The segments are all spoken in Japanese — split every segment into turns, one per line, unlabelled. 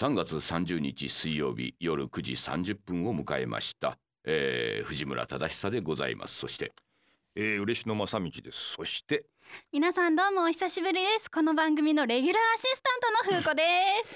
3月30日水曜日夜9時30分を迎えました、藤村忠久でございます。そして
嬉野正道です。そして
皆さんどうもお久しぶりです。この番組のレギュラーアシスタントの風子です。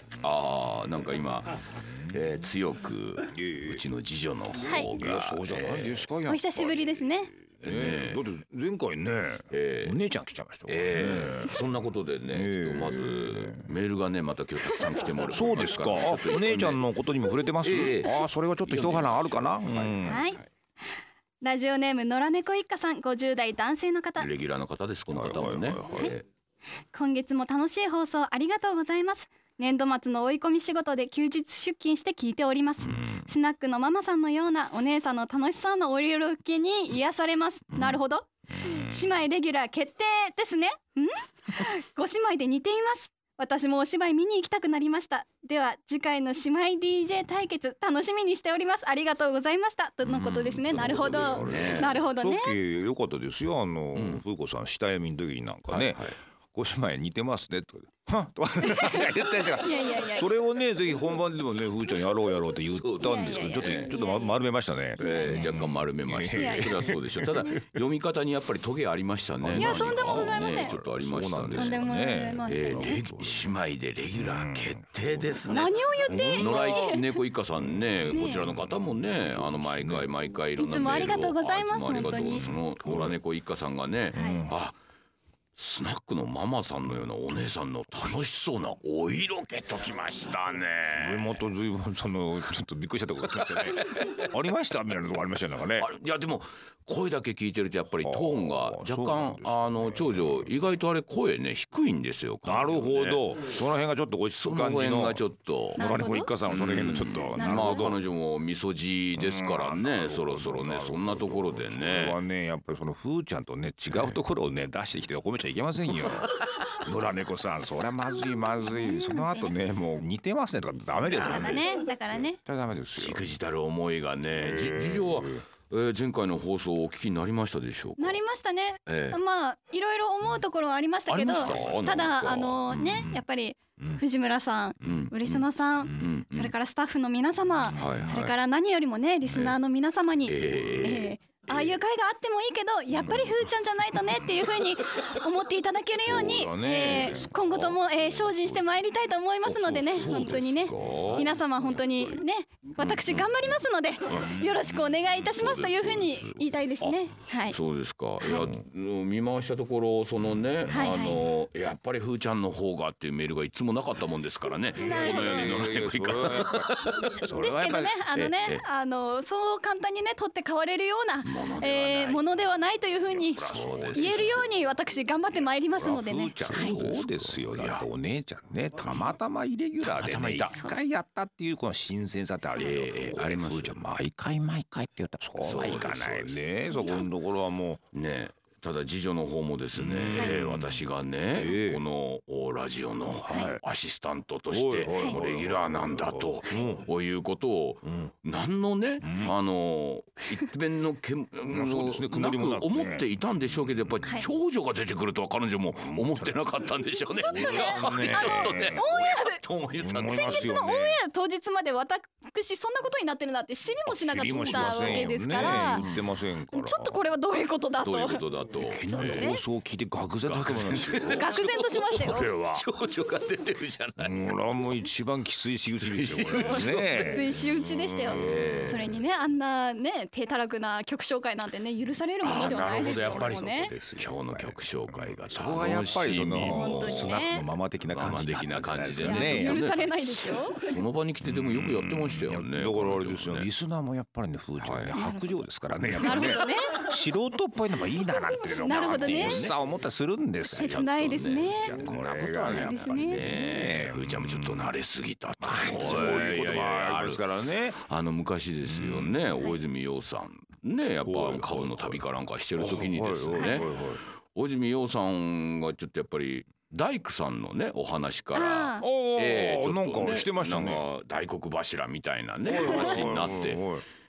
なんか今、強くうちの次女の方が、
そうじゃないですか、
お久しぶりですね。
だって前回ね、お姉ちゃん来ちゃいました
そんなことでね、ちょっとまずメールがねまた今日たくさん来てもらう。
そうですか。お姉ちゃんのことにも触れてます。それはちょっと一花あるかな。
はい。ラジオネーム野良猫一家さん、50代男性の方。
レギュラーの方です。この方もね。
今月も楽しい放送ありがとうございます。年度末の追い込み仕事で休日出勤して聞いております。スナックのママさんのようなお姉さんの楽しそうなお色気に癒されます。なるほど。姉妹レギュラー決定ですね。ご姉妹で似ています。私もお芝居見に行きたくなりました。では次回の姉妹 DJ 対決楽しみにしております。ありがとうございましたとのことですね。なるほど、なるほどね。
さっき良かったですよ。風子さん下読みの時になんかね、ご姉妹似てますねとか言ってたじゃん。それをねぜひ本番でもねふーちゃんやろうって言ったんですけど、ちょっと丸めましたね。
若干丸めましたね。それはそうでしょう。ただ読み方にやっぱりトゲありましたね。
いやとんでもございません。
ちょっとありましたね。姉妹でレギュラー決定ですね。
何を言って
野良猫一家さんね、こちらの方もね毎回いろんなメールを
いつもありがとうございます。本当に
その野良猫一家さんがね、スナックのママさんのようなお姉さんの楽しそうなお色気ときましたね。
上本随分ちょっとびっくりしたところ来ましたね。ありましたみたいなところありましたよね。
いやでも声だけ聞いてるとやっぱりトーンが若干長女意外とあれ声ね低いんですよ。
なるほど。その辺がちょっと落ち着く感じの。
その辺がちょっと
野良猫一家さんはその辺のちょっと
彼女もみそじですからね、そろそろねそんなところでね。
これはねやっぱりそのふーちゃんとね違うところをね出してきて褒めちゃいけませんよ。野良猫さんそりゃまずい。その後ねもう似てますねとかダメですよね。
だからね
ダメですよ。
じくじたる思いがね。次女は前回の放送をお聞きになりましたでしょうか。
なりましたね。まあいろいろ思うところはありましたけど、ただやっぱり藤村さん、嬉野さん、それからスタッフの皆様、それから何よりもねリスナーの皆様にああいう会があってもいいけどやっぱりふーちゃんじゃないとねっていう風に思っていただけるように今後とも精進してまいりたいと思いますのでね、本当にね皆様本当にね私頑張りますのでよろしくお願いいたしますという風に言いたいですね。はい。
そうですか。いや見回したところそのねやっぱりふーちゃんの方がっていうメールがいつもなかったもんですからね。このように乗らていか
ですけどねそう簡単にね取って代われるようなものではないというふうに言えるように私頑張ってまいりますのでね。
そうですよ。だってお姉ちゃんねたまたまイレギュラーでね一回やったっていうこの新鮮さってあるよ。あります。毎回って言ったらそうはいかないね。そこのところはもうね。
ただ次女の方もですね、私がね、このラジオのアシスタントとしてレギュラーなんだということを何のね一弁のなく思っていたんでしょうけど、やっぱり長女が出てくるとは彼女も思ってなかったんでしょうね。
ちょっとね先月のオンエア当日まで私そんなことになってるなって知りもしなかったわけですから、
言ってませんから。
ちょっとこれはどういうことだと。
昨日放送を聞いて愕然と
しましたよ。
長女が出てるじゃない。
これはもう一番きつい仕打ちですよ。これね。
きつい仕打ちでしたよ。それにねあんなね低たらくな曲紹介なんてね許されるものではないですよ。
やっぱりね今日の曲紹介が
そこがやっぱりそのスナックのママ的な感じ
でね
許されないですよ。
その場に来てでもよくやってましたよね。
だからあれですよ。リスナーもやっぱりねふーちゃんね白状ですからね。
なるほどね。
素人っぽいのもいいななんていうのがあっていいさ思ったりするんですよ。
切ないですね。
こんなことはやっぱりね
ふーちゃんもちょっと慣れすぎたと
そういうこともあるんですからね。
昔ですよね大泉洋さんねやっぱ株の旅かなんかしてる時にですね大泉洋さんがちょっとやっぱり大工さんのねお話から
なんかしてましたね。
大黒柱みたいなね話になって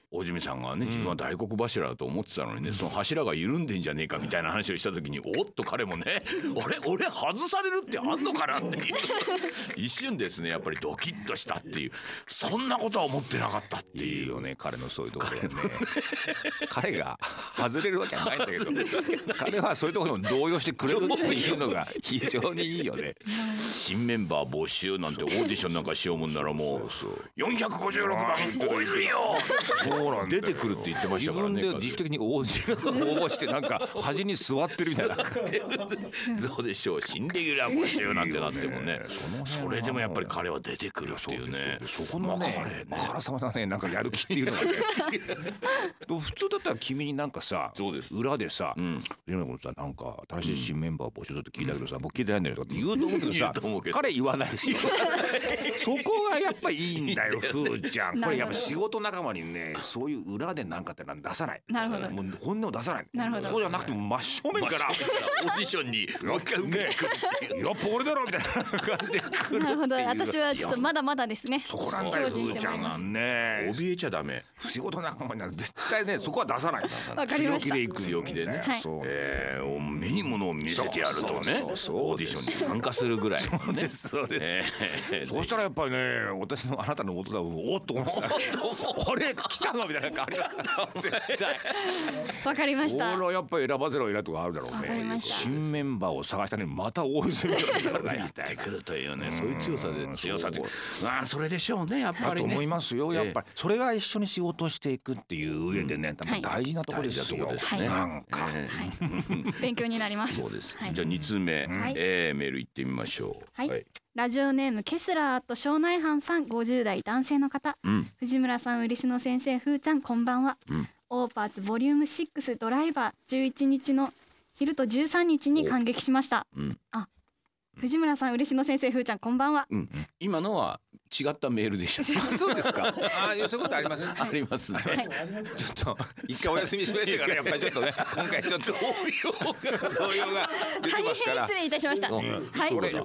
大泉さんがね自分は大黒柱だと思ってたのにね、その柱が緩んでんじゃねえかみたいな話をした時におっと彼もね俺外されるってあんのかなっていう一瞬ですねやっぱりドキッとしたっていう、そんなことは思ってなかったっていう。
いいよね彼のそういうところはね彼が外れるわけはないんだけど彼はそういうところにも動揺してくれるっていうのが非常にいいよね。
新メンバー募集なんてオーディションなんかしようもんならもう456番大泉よ出てくるって言ってましたからね。
自分で自主的に応募してなんか端に座ってるみたいな
どうでしょう、新レギュラー募集なんてなってもね、それでもやっぱり彼は出てくるっていうね、
そこのねあからさまだねなんかやる気っていうのがね普通だったら君になんかさ裏でさなんか新しい新メンバー募集するって聞いたけどさ僕聞いてないんだよとかって言うと思うけどさ彼言わないしそこがやっぱいいんだよふーちゃん。これやっぱ仕事仲間にねそういう裏でなんかって出さない。
なるほど。
もう本音を出さない。
なるほど。
そうじゃなくても真正面から
オーディションにもう一回受けてくるっていう、
やっぱ俺だろみたいな感じで来る。
なるほど。私はちょっとまだまだですね。
そこなんだよふーちゃんがね。
怯えちゃダメ。
仕事仲間には絶対ねそこは出さない。
わかりました。
強気でね。目に物を見せてやるとね。オーディションに参加するぐらい。
そうです。そうしたらやっぱりね私のあなたの元だおっと思ってあれ来たのみたいな感じだった絶対。
わかりました。
俺はやっぱり選ばぜろ選とかあるだろうね。
わかりました。
新メンバーを探したのにまた大泉洋が
出てくるというね、そういう強さでそれでしょうねやっぱりね。
だと思いますよ。やっぱりそれが一緒に仕事をしていくっていう上でね多分大事なところですよ。なんか
勉強になります。
そうです。じゃあ2通目メール行ってみましょう。
はい。ラジオネームケスラーと庄内藩さん50代男性の方、藤村さん嬉野先生ふーちゃんこんばんは、オーパーツボリューム6ドライバー11日の昼と13日に感激しました。藤村さん嬉野先生ふーちゃんこんばんは、
今のは違ったメールでした。
そうですか。そういうことあります。
ありますね。
ちょっと一回お休みしましたからやっぱりちょっとね今回ちょっと動揺が出てますから。
大変失礼いたしました。はい。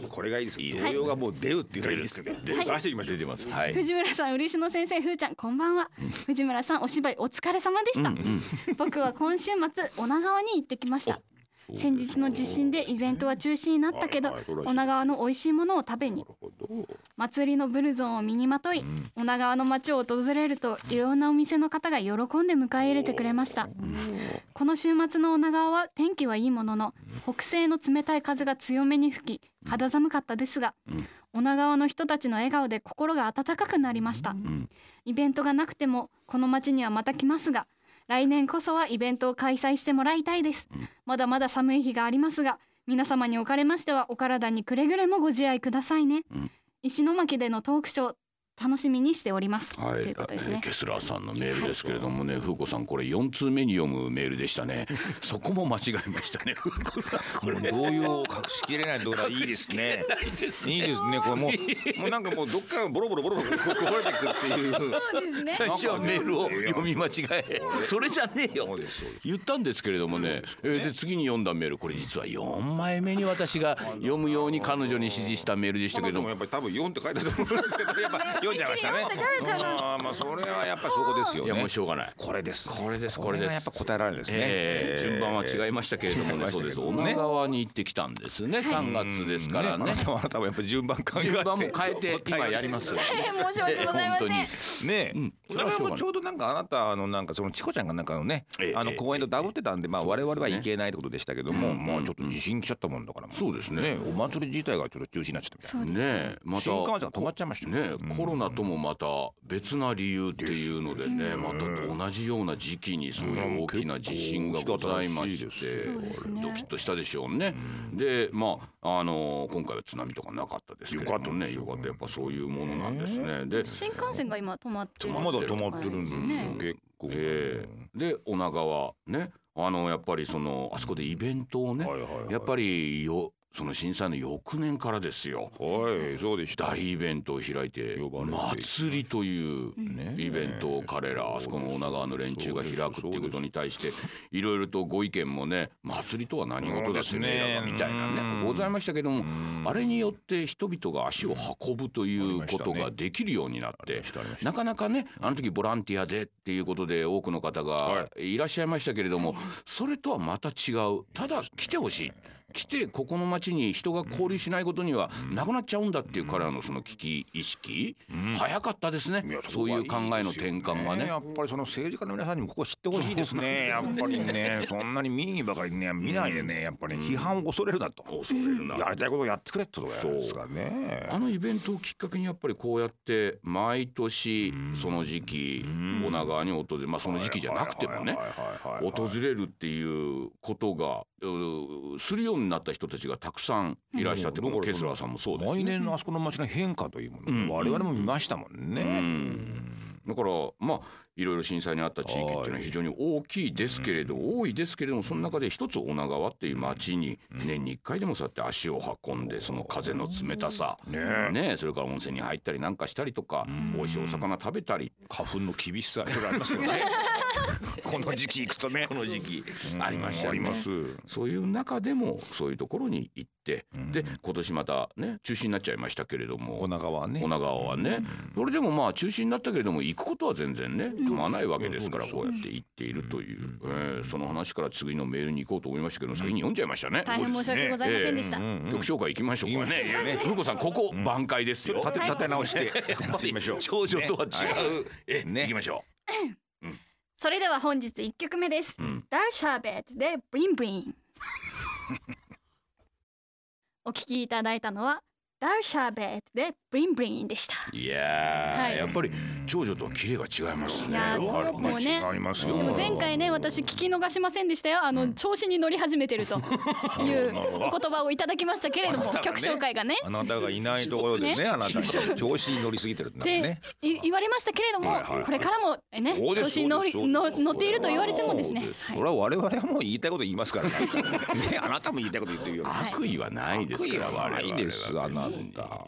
これがいいです。動揺がもう出るっていうのがいいですよね。出していきましょう。
出てます。
藤村さん嬉野先生ふーちゃんこんばんは。藤村さんお芝居お疲れ様でした。僕は今週末女川に行ってきました。先日の地震でイベントは中止になったけど女川の美味しいものを食べに、祭りのブルゾンを身にまとい女川の街を訪れるといろんなお店の方が喜んで迎え入れてくれました。この週末の女川は天気はいいものの北西の冷たい風が強めに吹き肌寒かったですが、女川の人たちの笑顔で心が温かくなりました。イベントがなくてもこの街にはまた来ますが来年こそはイベントを開催してもらいたいです。まだまだ寒い日がありますが皆様におかれましてはお体にくれぐれもご自愛くださいね。石巻でのトークショー楽しみにしております、ということですね。
ケスラーさんのメールですけれどもね、風子さんこれ4通目に読むメールでしたね。そこも間違えましたね風子さん。
これ動揺を隠しきれない動画いいですね。いいですね。これもうなんかもうどっかボロボロこぼれてくっていう。
そうですね。
最初はメールを読み間違えそれじゃねえよ言ったんですけれどもね。で次に読んだメールこれ実は4枚目に私が読むように彼女に指示したメールでしたけども、
やっぱり多分4って書いてあると思うんですけどやっぱ読んじゃいましたね。まあそれはやっぱそこですよね。
いやもうしょうがない。
これです。
これ
やっぱ答えられるんですね。
順番は違いましたけれどもね。そうです。女川に行ってきたんですね。3月ですからね。
あなたもやっぱり順番も変
えて今やります。
大変申し訳ございません。
ね。それはもうちょうどなんかあなたなんかそのチコちゃんがなんかのね公園とダブってたんで我々は行けないってことでしたけども、まあちょっと地震来ちゃったもんだから。
そうですね。
お祭り自体がちょっと中止になっちゃったみたいな。
ね。また
新幹線が止まっちゃいました
ね。コロナともまた別な理由っていうのでね、また同じような時期にそういう大きな地震がございましてドキッとしたでしょうね。で今回は津波とかなかったですけどね。よかったやっぱそういうものなんですね。で
新幹線が今止まってる。
まだ止まってるんですね。結構。
で女川ねやっぱりあそこでイベントをねやっぱりその震災の翌年からですよ。
はい、そうでした。
大イベントを開いて祭りというイベントを彼らあそこの女川の連中が開くっていうことに対していろいろとご意見もね、祭りとは何事だってねみたいなねございましたけども、あれによって人々が足を運ぶということができるようになって、なかなかねあの時ボランティアでっていうことで多くの方がいらっしゃいましたけれども、それとはまた違う、ただ来てほしい、来てここの町に人が交流しないことにはなくなっちゃうんだっていう彼らのその危機意識、早かったですね。そういう考えの転換がね。
やっぱりその政治家の皆さんにもここ知ってほしいですね。やっぱりね、そんなに民意ばかりね見ないでね、やっぱり批判を恐れるなと、
恐れるな、
やりたいことをやってくれってことですからね。
あのイベントをきっかけにやっぱりこうやって毎年その時期女川に訪れる、その時期じゃなくてもね訪れるっていうことがするようになった人たちがたくさんいらっしゃって、僕ケスラーさんもそうですね。
来年のあそこの街の変化というものを我々も見ましたもんね。
だからいろいろ震災にあった地域っていうのは非常に大きいですけれど、多いですけれども、その中で一つ女川っていう町に年に1回でもそうやって足を運んで、その風の冷たさね、それから温泉に入ったりなんかしたりとか、美味しいお魚食べたり、
花粉の厳しさいろいろありますけどねこの時期行くとね、
この時期ありましたよね。そういう中でもそういうところに行って、で今年またね中止になっちゃいましたけれども、
女川はね
それでも中止になったけれども行くことは全然ね構わないわけですから、こうやって行っているという、その話から次のメールに行こうと思いましたけど先に読んじゃいましたね。
大変申し訳ございませんでした。
曲紹介行きましょうかね。ふうこさんここ挽回ですよ。
立て直していきましょう。
長女とは違う、行きましょう。
それでは本日1曲目です。ダルシャーベットでブリンブリンお聞きいただいたのはダルシャーベットでブリンブリンでした。
いやー、やっぱり長女とはキレが違いますね。
もうね、
違いますよ。
でも前回ね私聞き逃しませんでしたよ。調子に乗り始めてるというお言葉をいただきましたけれども、曲紹介がね、
あなたがいないところでね、あなたが調子に乗りすぎてるんだね
言われましたけれども、これからもね調子に乗っていると言われてもですね、
それは我々はもう言いたいこと言いますからね。あなたも言いたいこと言ってるよ。
悪意はないですから。
ないですあなた。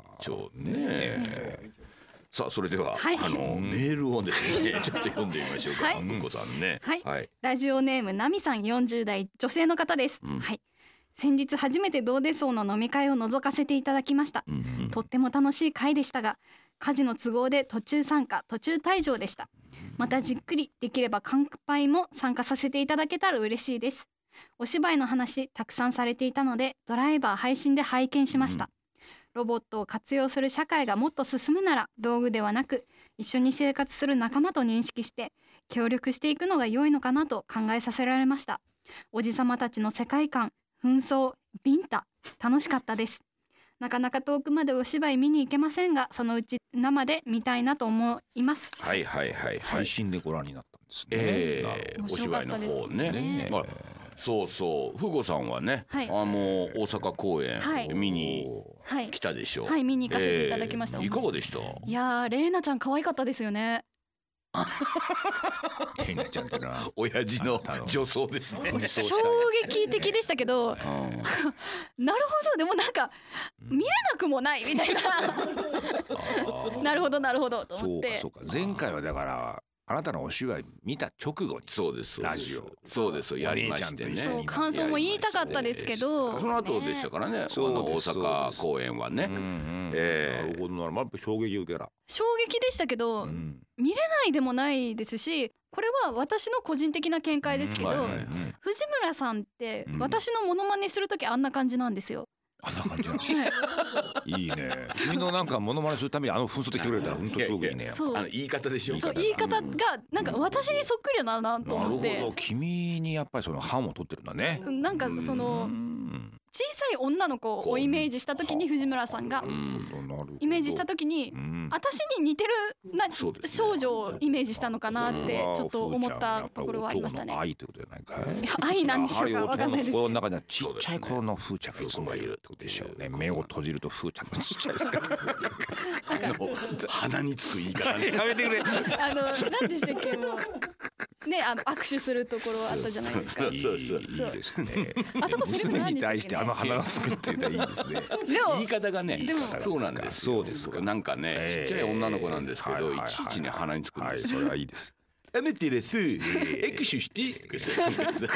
さあそれでは、メールをですねちょっと読んでみましょうか。ふうこさんね。
ラジオネームナミさん、40代女性の方です。先日初めてどうでそうの飲み会を覗かせていただきました。とっても楽しい会でしたが、家事の都合で途中参加途中退場でした。またじっくりできれば乾杯も参加させていただけたら嬉しいです。お芝居の話たくさんされていたのでドライバー配信で拝見しました。ロボットを活用する社会がもっと進むなら、道具ではなく一緒に生活する仲間と認識して協力していくのが良いのかなと考えさせられました。おじさまたちの世界観、紛争、ビンタ、楽しかったです。なかなか遠くまでお芝居見に行けませんが、そのうち生で見たいなと思います。
配信でご覧になったんですね。
お芝居の方ね。そうそう、ふうこさんはね、大阪公演見に来たでしょ。
見に行かせていただきました。
いかがでした？
いやー、レイナちゃん可愛かったですよね。
レイナちゃんってのは
親父の女装ですね。
衝撃的でしたけど、なるほど、でもなんか見れなくもないみたいな。なるほどと思って。
そうか前回はだからあなたのお芝居見た直後にラジオ
そうですやりましてね。
そう感想も言いたかったですけど、
その後でしたからね、大阪公演はね。
なるほどなるほど、衝撃受けら
衝撃でしたけど、見れないでもないですし、これは私の個人的な見解ですけど、藤村さんって私のモノマネする時あんな感じなんですよ。
あんな感じなんです。いいね。君のなんかモノマネするために紛争で来てくれたら本当すごくいいね。
言い方でしょ。
そう言い方がなんか私にそっくりだなと思って。
なるほど、君にやっぱりその範を取ってるんだね。
なんかその小さい女の子をイメージした時に藤村さんがイメージした時に私に似てる少女をイメージしたのかなってちょっと思ったところはありましたね。
愛ということじゃないか。
愛なんでしょうか、わかんないです。
心の中にはちっちゃい頃の風ちゃんがいつもいるってことでしょうね。目を閉じると風ちゃんがちっちゃいですから。
鼻につく言い方ね。
やめてくれ。
何でしたっけ、もうね握手するところあったじゃないですか。
いいですね。
あそこセリフ
娘
なんですっけね。
に対して花のすくって言ったらいいですね。
言い方がね、そうなんです。
そうですか。
なんかね、ちっちゃい女の子なんですけど、いちいちね鼻につくんです。
それはいいです。
やめてです。握手して。
ちょっ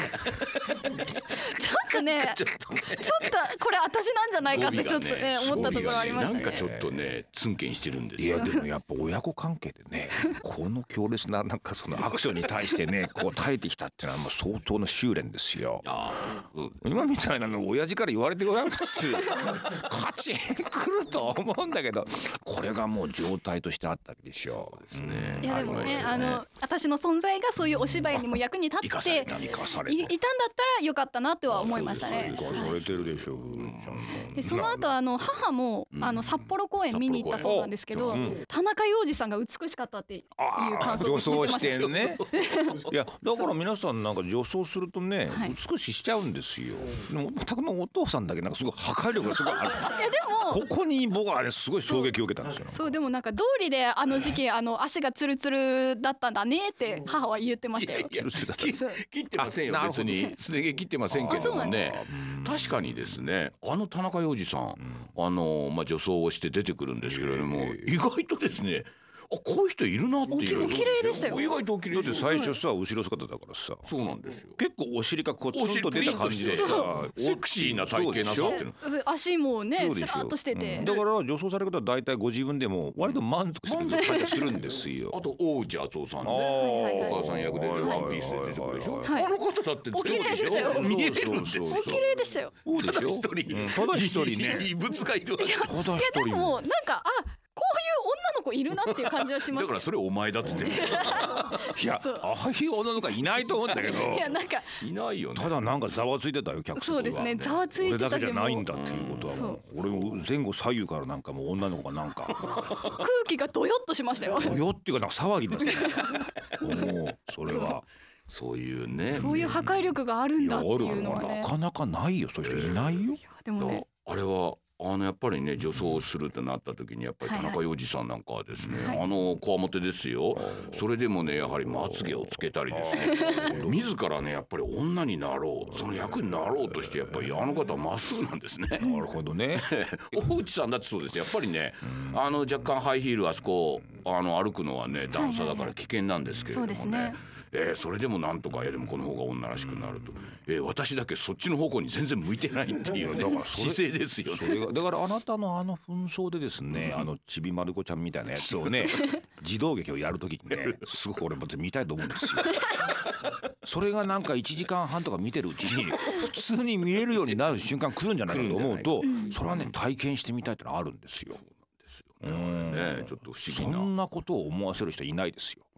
とね、ちょっとこれ私なんじゃないかってちょっとね思ったところありましたね。
なんかちょっとねツンケンしてるんです
よ。いやでもやっぱ親子関係でね、この強烈ななんかそのアクションに対してねこう耐えてきたっていうのはもう相当の修練ですよ。今みたいなの親父から言われてごらん普通カチン来ると思うんだけど、これがもう状態としてあったわけでしょ。
いやでもね私の存在がそういうお芝居にも役に立っていたんだったらよかったなっては思いましたね。
生かされてるでしょ。
でその後母も札幌公演見に行ったそうなんですけど、田中要次さんが美しかったっていう感想を言ってました。
女装してね。いやだから皆さんなんか女装するとね美ししちゃうんですよ。でも全くのお父さんだけなんかすごい破壊力がすごいある。いやでもここに僕はねすごい衝撃を受けたんですよ。
そうでもなんか道理で時期足がツルツルだったんだねって母は言ってましたよ。
切ってませんよ別にすね毛切ってませんけどもね。確かにですね田中要次さん女装をして出てくるんですけれども意外とですねこういう人いるなっていう。
お綺麗でしたよ。
意外とお綺麗で最初さ後ろ姿だからさ。
そうなんですよ。
結構お尻がこうツンと出た感じでさ
セクシーな体型なさってる。
足もねスラッとしてて。
だから女装される方は大体ご自分でも割と満足してる感じするんですよ。
あと大内敦夫さんねお母さん役でワンピースで出てくるでしょ。あの方だって
お綺麗でしたよ。
見えるんですよ。
お綺麗でしたよ。
そうでしょ。ただ一人ね
異物がいる。
いやでもなんかこういう女の子いるなっていう感じはします。
だからそれお前だっつってる。
いやああいう女の子いないと思うんだけど。
いやなんか
いないよね。
ただなんかざわついてたよ客席は。
そうですねざわついてた。
俺だけじゃないんだっていうことはもう俺も前後左右からなんかもう女の子がなんか
空気がドヨッとしましたよ。
ドヨっていうかなんか騒ぎですね。もうそれは
そういうね
そういう破壊力があるんだっていうのはね
なかなかないよ。そういう人いないよ。
でもね
あれはやっぱりね女装するってなった時にやっぱり田中要次さんなんかはですねこわもてですよ。それでもねやはりまつげをつけたりですね自らねやっぱり女になろうその役になろうとしてやっぱり方はまっすぐなんですね。
なるほどね。
大内さんだってそうですやっぱりね若干ハイヒールあそこ歩くのはね段差だから危険なんですけれどもね。それでもなんとかでもこの方が女らしくなると、私だけそっちの方向に全然向いてないっていうね姿勢ですよね。
だからあなたの紛争でですねちびまる子ちゃんみたいなやつをね児童劇をやるときにねすごく俺も見たいと思うんですよ。それがなんか1時間半とか見てるうちに普通に見えるようになる瞬間来るんじゃないかと思うとそれはね体験してみたいってのあるんですよ。
ちょっと不思議な
そんなことを思わせる人いないですよ。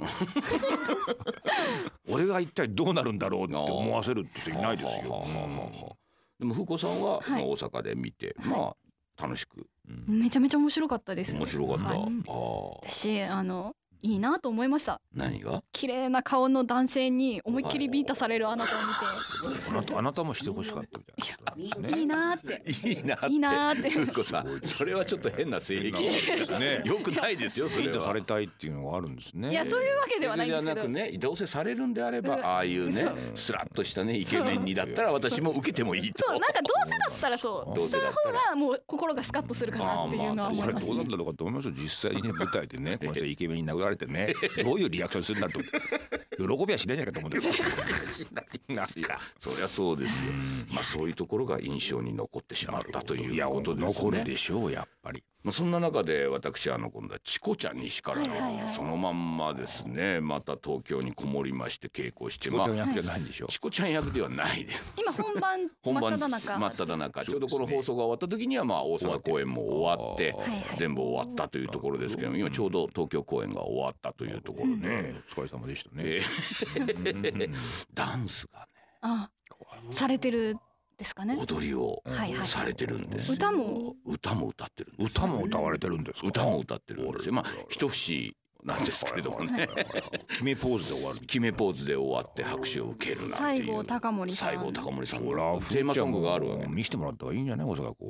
俺が一体どうなるんだろうって思わせるって人いないですよ。
でも風子さんは大阪で見て楽しく
めちゃめちゃ面白かったです。
面白かった。
私いいなと思いました。
何が？綺
麗な顔の男性に思いっきりビンタされるあなたを
見てあなたもしてほしかったみたいな、
いいなって
いいなって風子さんそれはちょっと変な性癖ですね。よくないですよそれは。
ビンタされたいっていうのがあるんですね。
いやそういうわけではないんですけど。
ではなくねどうせされるんであればああいうねスラッとしたねイケメンにだったら私も受けてもいいと。
そうなんかどうせだったらそうした方がもう心がスカッとするかなっていうのは思いますね。
どうなんだろうかと思いますよ。実際にね舞台でねこの人イケメンに殴られてねどういうリアクションするんだと喜びはしないんじゃないかと思うんですよ。
そりゃそうですよ。そういうところが印象に残ってしまったということですね。
残るでしょうやっぱり。
そんな中で私今度はチコちゃん西からそのまんまですねまた東京にこもりまして稽古して
チコちゃん役じゃないんでしょ。
チコちゃん役ではないです。
今本番真っ只中
ちょうどこの放送が終わった時には大阪公演も終わって全部終わったというところですけど今ちょうど東京公演が終わったというところで
お疲れ様でしたね。
ダンスが
ねされてるですかね。
踊りをされてるんです。
歌も
歌ってるんです。
歌も歌われてるんですか。
歌も歌ってるんですよ。一節なんですけれどもね
決めポーズで終わる。
決めポーズで終わって拍手を受けるなんていう
西郷隆盛さん
のテーマソングがあるわけ。
見せてもらった方がいいんじゃない大阪公演。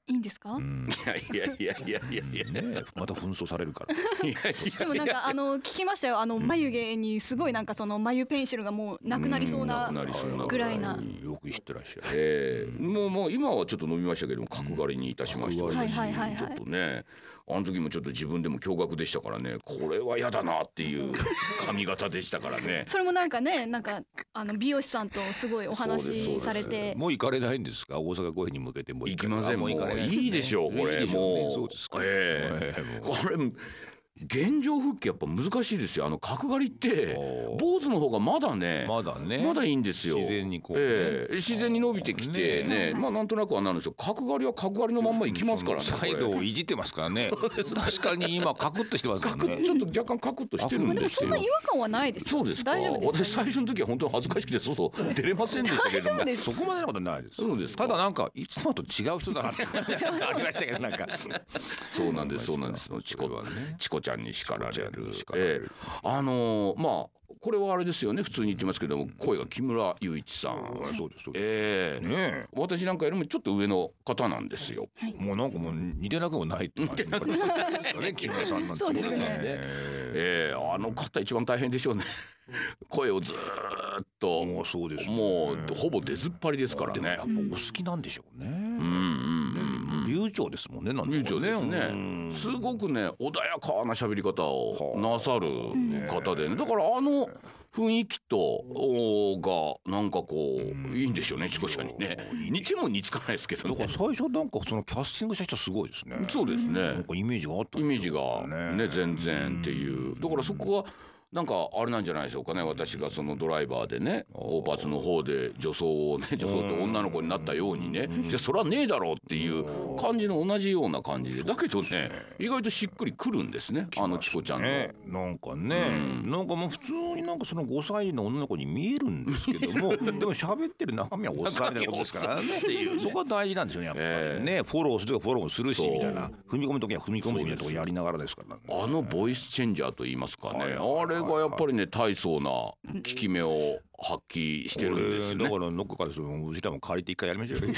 いいんですか？
いや
ね、また紛争されるから
でもなんか聞きましたよ、眉毛にすごいなんかその眉ペンシルがもうなくなりそうなぐらいな。
よく知ってらっしゃる。
もう今はちょっと伸びましたけども、角刈りにいたしましたし、ちょっとね、あの時もちょっと自分でも驚愕でしたからね、これは嫌だなっていう髪型でしたからね。
それもなんかね、なんか美容師さんとすごいお話されて。
もう行かれないんですか？大阪公演に向けてもう
行きません。もういいでしょうこれ。もう
そうですか。
これ現状復帰やっぱ難しいですよ。角刈りって坊主の方がまだいいんですよ。
自然にこう、
自然に伸びてきてね、まあなんとなくはなるんですよ。角刈りは角刈りのまんまいきますからね。
サイドをいじってますからね。確かに今カクッとしてますね。
ちょっと若干カクッとしてるんですよ。
でもそんな違和感はないです。
そうですか。
大丈夫です。
私最初の時は本当に恥ずかしくて外出れませんでしたけども。
そこまでのことないです。
そうです。
ただなんかいつもと違う人だなってありましたけど、なんか
そうなんです。チコちゃんに叱られる。まあこれはあれですよね、普通に言ってますけども、声が木村雄一さん。
そうですね。
私なんかよりもちょっと上の方なんですよ。
もうなんかもう似てなくもないって感じですかね、木村さんなんて。
そうですね。
あの方一番大変でしょうね。声をずっともうほぼ出ずっぱりですからね。
やっぱお好きなんでしょうね。流暢ですもんね。
流暢ですね。すごくね穏やかな喋り方をなさる方でね、だから雰囲気とがなんかこういいんでしょうね、チコちゃんにね。似ても似つかないですけどね。
だから最初なんかそのキャスティングした人すごいですね。
そうですね。
なんかイメージがあったんですよね。
イメージがね全然っていう。だからそこはなんかあれなんじゃないでしょうかね。私がそのドライバーでね大罰の方で女装って女の子になったようにね、じゃあそれはねえだろうっていう感じの同じような感じで、だけどね意外としっくりくるんですね、チコちゃんの。
なんかね、なんかもう普通になんかその5歳の女の子に見えるんですけどもでも喋ってる中身はおっさんみたいなことですからね。そこは大事なんですよね、やっぱりね。フォローするとフォローもするしみたいな、踏み込む時は踏み込むしみたいなとこやりながらですからね。
ボイスチェンジャーと言いますかね、あれがやっぱりね大層な効き目を発揮してるんですね。
だからどっかからうちらも借りて一回やりましょうよ。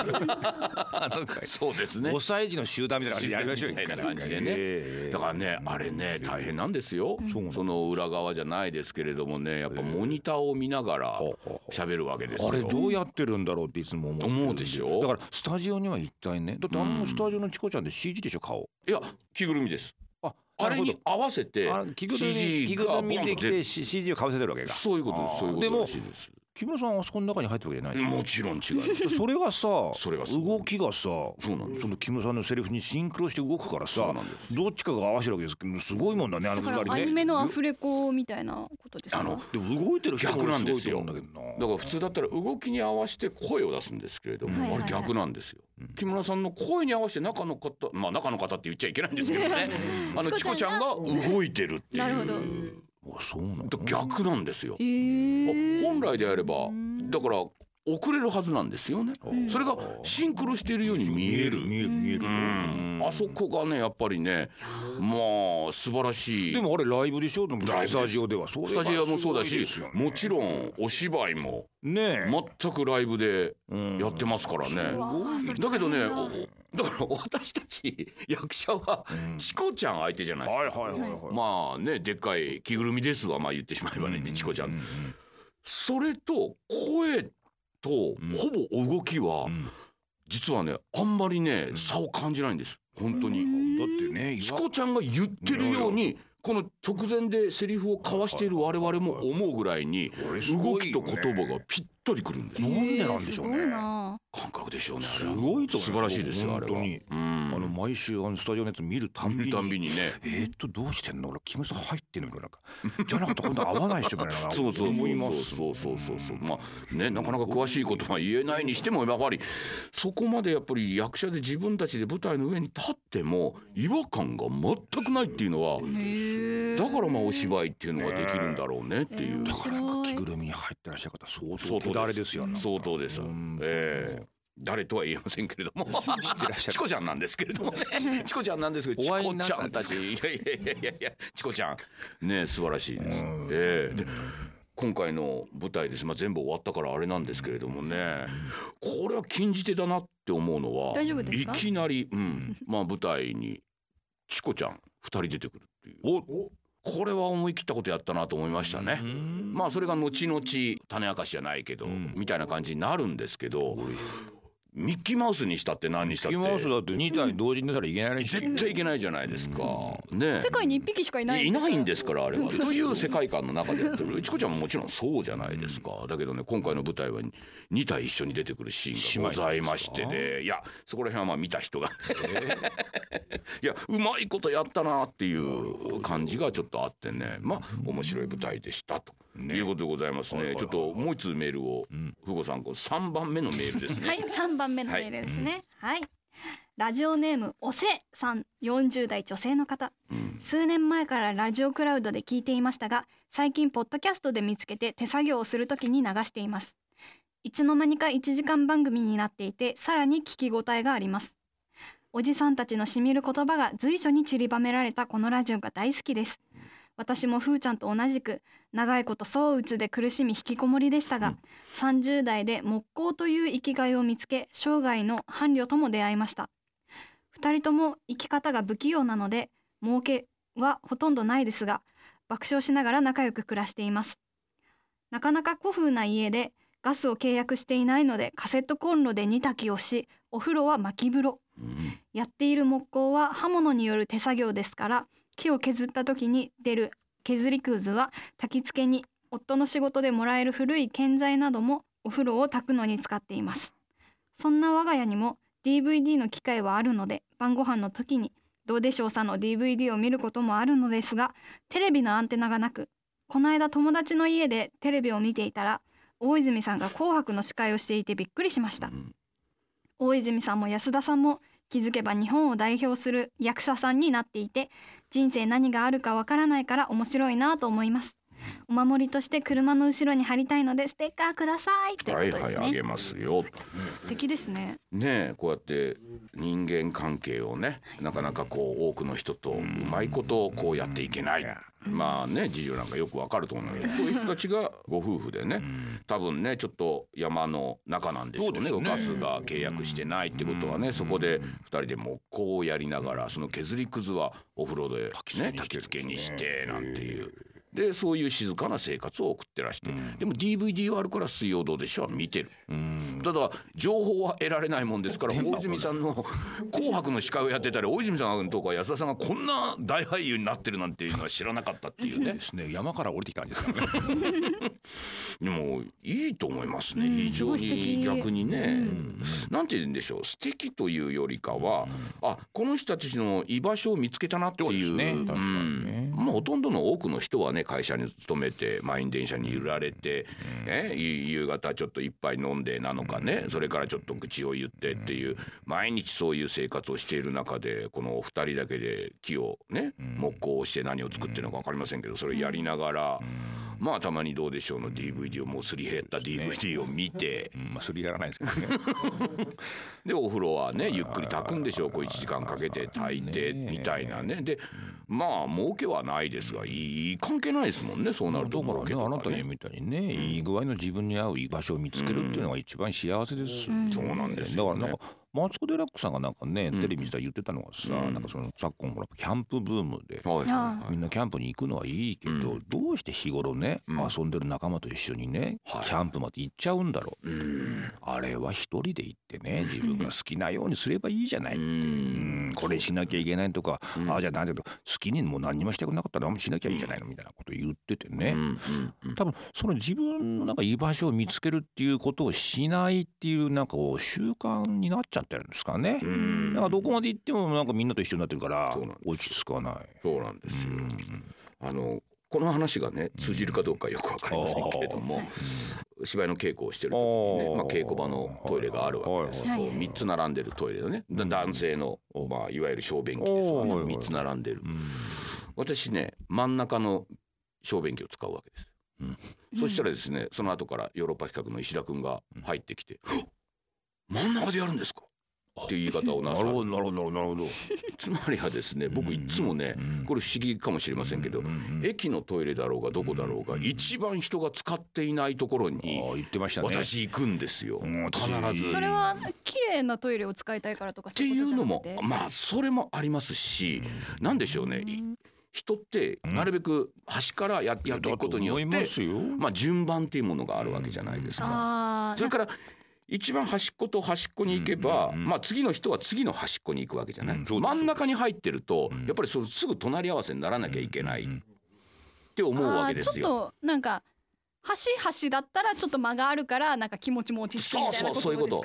そうですね。
5歳児の集団みたいな感じでやりましょうよ。
みたいな感じでね。だからねあれね大変なんですよ。その裏側じゃないですけれどもね、やっぱモニターを見ながら喋るわけですよ。
あれどうやってるんだろうっていつも
思うでしょ。
だからスタジオには一体ね、だってスタジオのチコちゃんで CG でしょ顔。
いや着ぐるみです。あれに合わせて CG が
見てきて CG をかぶせてるわけか。
そういうことです。そういうことらしいです。
木村さんはそこの中に入ってるわけじゃない。
もちろん違う。
それがさ動きがさ、その木村さんのセリフにシンクロして動くからさ、どっちかが合わせるわけですけど、すごいもんだね、
だからアニメのアフレコみたいなことですか。
でも動いてる人
逆なんですよ。
だ
から普通だったら動きに合わせて声を出すんですけれども、あれ逆なんですよ。木村さんの声に合わせて中の方って言っちゃいけないんですけどね、チコちゃんが動いてるっていう。
なるほど。
そうなんだ。
逆なんですよ。本来であればだから遅れるはずなんですよね。それがシンクロしているように見える。あそこがねやっぱりねまあ素晴らしい。
でもあれライブでしょ。スタジオでは
スタジオもそうだし、もちろんお芝居も全くライブでやってますからね。だけどねだから私たち役者はチコちゃん相手じゃないですか。まあねでっかい着ぐるみですわ、まあ言ってしまえばねチコちゃん。それと声とほぼ動きは実はねあんまりね差を感じないんです本当に。
だってね
チコちゃんが言ってるようにこの直前でセリフを交わしている我々も思うぐらいに動きと言葉がぴったりくるんです。
なんでなんでしょうね。
感覚でしょうね。
すごいと
素晴らしいですよあれは。
毎週スタジオのやつ見るたんびに
ね
どうしてんの俺キムさん入ってんのなんかじゃなくて今度合わない人みたいな。
そうまあねなかなか詳しいことは言えないにしてもやっぱりそこまでやっぱり役者で自分たちで舞台の上に立っても違和感が全くないっていうのはだからまあお芝居っていうのができるんだろうねっていう。
だから着ぐるみに入ってらっしゃる方相当誰ですよ。
相当です。誰とは言えませんけれどもチコちゃんなんですけれどもねチコちゃんなんですけどチコちゃんたちいやチコちゃんね素晴らしいです。で今回の舞台です、全部終わったからあれなんですけれどもね、これは禁じ手だなって思うのは、
大丈夫ですか？
いきなり、舞台にチコちゃん2人出てくるっていう。これは思い切ったことやったなと思いましたね。それが後々種明かしじゃないけど、みたいな感じになるんですけど、ミッキーマウスにしたって何にしたって、
ミッキーマウスだって2体同時に出たらいけない、
絶対いけないじゃないですか、ね。
世界に1匹しかいない。
いないんですからあれはという世界観の中でやってる。チコちゃんももちろんそうじゃないですか。だけどね、今回の舞台は2体一緒に出てくるシーンがございましてね、いやそこら辺は見た人がいやうまいことやったなっていう感じがちょっとあってね、面白い舞台でしたということでございますね。ちょっともう一通メールを、ふごさん、3番目のメールですね。
はい、3番目のメールですね。はい、ラジオネームおせさん、40代女性の方、数年前からラジオクラウドで聞いていましたが、最近ポッドキャストで見つけて手作業をするときに流しています。いつの間にか1時間番組になっていて、さらに聞き応えがあります。おじさんたちのしみる言葉が随所に散りばめられたこのラジオが大好きです。私もふーちゃんと同じく長いこと躁うつで苦しみ引きこもりでしたが、30代で木工という生きがいを見つけ、生涯の伴侶とも出会いました。2人とも生き方が不器用なので儲けはほとんどないですが、爆笑しながら仲良く暮らしています。なかなか古風な家でガスを契約していないので、カセットコンロで煮炊きをし、お風呂は薪風呂、やっている木工は刃物による手作業ですから、木を削った時に出る削りくずは焚き付けに、夫の仕事でもらえる古い建材などもお風呂を炊くのに使っています。そんな我が家にも DVD の機械はあるので、晩ご飯の時にどうでしょうさの DVD を見ることもあるのですが、テレビのアンテナがなく、この間友達の家でテレビを見ていたら、大泉さんが紅白の司会をしていてびっくりしました。大泉さんも安田さんも気づけば日本を代表する役者さんになっていて、人生何があるかわからないから面白いなと思います。お守りとして車の後ろに貼りたいのでステッカーくださいということですね。
あげますよ。
素敵ですね。
ねえ、こうやって人間関係をね、なかなか多くの人とうまいことやっていけない。事情なんかよくわかると思うんだけど、そういう人たちがご夫婦でね、多分ねちょっと山の中なんでしょうね。ガスが契約してないってことはね、そこで2人で木工をやりながら、その削りくずはお風呂で焚き付けにしてなんていう。でそういう静かな生活を送ってらして、でも DVD はあるから水曜どうでしょうは見てる。ただ情報は得られないもんですから、大泉さんの紅白の司会をやってたり、大泉さんとか安田さんがこんな大俳優になってるなんていうのは知らなかったっていうね。
ですね、山から降りてきたんですからね。
でもいいと思いますね、非常に。逆にね、なんて言うんでしょう、素敵というよりかは、この人たちの居場所を見つけたなっていう。ほとんどの多くの人はね、会社に勤めて満員電車に揺られて、夕方ちょっと一杯飲んでなのかね、それからちょっと愚痴を言ってっていう、毎日そういう生活をしている中で、この2人だけで木をね、木工をして何を作ってるのか分かりませんけど、それをやりながら、たまにどうでしょうの DVD をもうすり減った DVD を見て、
すり減らないですけどね。
でお風呂はねゆっくり炊くんでしょう。1時間かけて炊いてみたいなね。で儲けはないですが、いい関係ないですもんね、そうなると。
だからね、あなたにみたいにね、いい具合の自分に合う居場所を見つけるっていうのが一番幸せです。
そうなんですよね。
だからマツコ・デラックスさんがなんかね、テレビで言ってたのがさ、なんかその昨今ほらキャンプブームで、みんなキャンプに行くのはいいけど、どうして日頃ね、遊んでる仲間と一緒にね、キャンプまで行っちゃうんだろう。あれは一人で行ってね、自分が好きなようにすればいいじゃないって。これしなきゃいけないとか、じゃあなんだけど好きにもう何にもしたくなかったら何もしなきゃいいじゃないのみたいなことを言っててね。多分その自分のなんか居場所を見つけるっていうことをしないっていうなんか習慣になっちゃってるんですかね。だからどこまで行ってもなんかみんなと一緒になってるから落ち着かない。
そうなんですよ。この話がね通じるかどうかよくわかりませんけれども、芝居の稽古をしてる時にね、稽古場のトイレがあるわけです。3つ並んでるトイレのね、男性のいわゆる小便器ですわね、3つ並んでる。私ね真ん中の小便器を使うわけです。そしたらですね、その後からヨーロッパ企画の石田君が入ってきて、真ん中でやるんですか？ っていう言い方をなさる。
なるほど。
つまりはですね、僕いつもね、これ不思議かもしれませんけど、駅のトイレだろうがどこだろうが、一番人が使っていないところに私行くんですよ。必ず。
それは綺麗なトイレを使いたいからとか
っていうのも、まあそれもありますし、なんでしょうね。人ってなるべく端からやっていくことによって、まあ順番っていうものがあるわけじゃないですか。それから一番端っこと端っこに行けば、まあ次の人は次の端っこに行くわけじゃない。真ん中に入ってるとやっぱりそれすぐ隣り合わせにならなきゃいけないって思うわけですよ。
ちょっとなんか端々だったらちょっと間があるからなんか気持ちも落ち着くみたいなことですか。
そういうこと。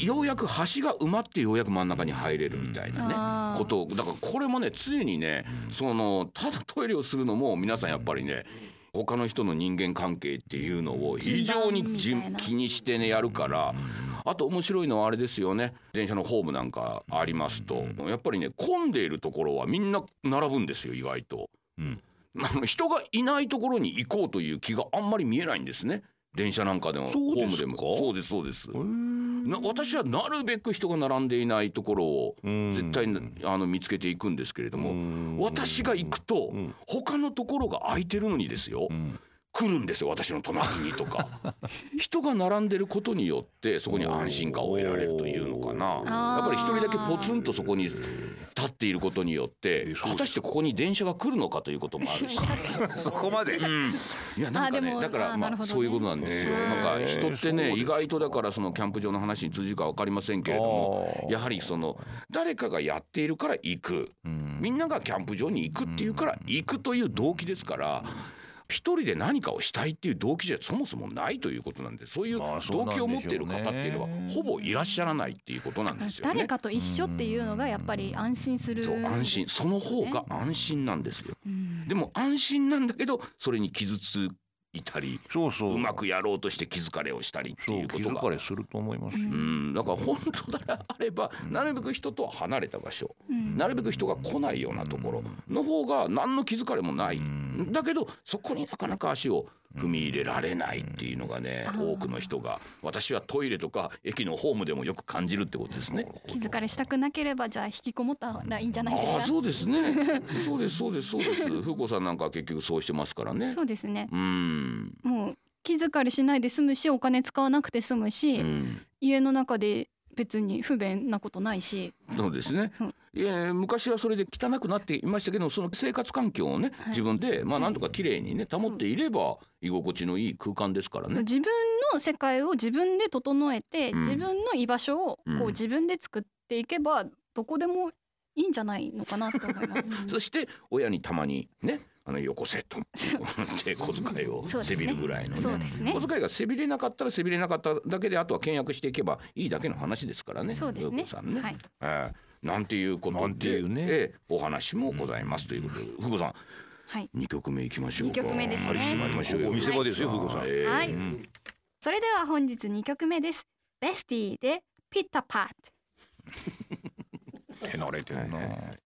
ようやく端が埋まってようやく真ん中に入れるみたいなねことだから、これもね常にね、ただトイレをするのも皆さんやっぱりね、他の人の人間関係っていうのを非常に気にしてねやるから。あと面白いのはあれですよね、電車のホームなんかありますと、やっぱりね混んでいるところはみんな並ぶんですよ意外と。人がいないところに行こうという気があんまり見えないんですね、電車なんかでもホームでも。そうです。私はなるべく人が並んでいないところを絶対見つけていくんですけれども、私が行くと他のところが空いてるのにですよ、来るんですよ私の隣にとか人が並んでることによってそこに安心感を得られるというのかな。やっぱり一人だけポツンとそこに立っていることによって果たしてここに電車が来るのかということもあるし
そこまで、
いやなんかね、だからまあそういうことなんですよ。なんか人ってね意外とだからそのキャンプ場の話に通じるか分かりませんけれども、やはりその誰かがやっているから行く、みんながキャンプ場に行くっていうから行くという動機ですから、一人で何かをしたいっていう動機じゃそもそもないということなんで、そういう動機を持っている方っていうのはほぼいらっしゃらないっていうことなんですよね。
誰かと一緒っていうのがやっぱり安心する、
そう安心、その方が安心なんですよ。でも安心なんだけどそれに傷ついたり、うまくやろうとして気づかれをしたりっていうことが、
気づかれすると思います。
だから本当であればなるべく人とは離れた場所、なるべく人が来ないようなところの方が何の気づかれもない、だけどそこになかなか足を踏み入れられないっていうのがね、多くの人が、私はトイレとか駅のホームでもよく感じるってことですね。
気づかれしたくなければじゃあ引きこもったらいいんじゃないですか。
そうですねそうです風子さんなんかは結局そうしてますからね。
そうですね。もう気づかれしないで済むし、お金使わなくて済むし、家の中で別に不便なことないし。
そうですね、昔はそれで汚くなっていましたけど、その生活環境をね、自分でなんとかきれいにね保っていれば居心地のいい空間ですからね。
自分の世界を自分で整えて、自分の居場所をこう自分で作っていけばどこでもいいんじゃないのかなと思います
そして親にたまにねよこせとで小遣いをせびるぐらいのね。小遣いがせびれなかったらせびれなかっただけで、あとは倹約していけばいいだけの話ですからね。
そうですね。
さんね、なんていうことでお話もございますということで、ふうこさん、2曲目いきましょうか。
2曲目ですね。
張り切ってまいりましょうよ。
お見せ場ですよ、ふうこさん。
それでは本日2曲目です。ベスティでピッタパッ
手慣れてるな。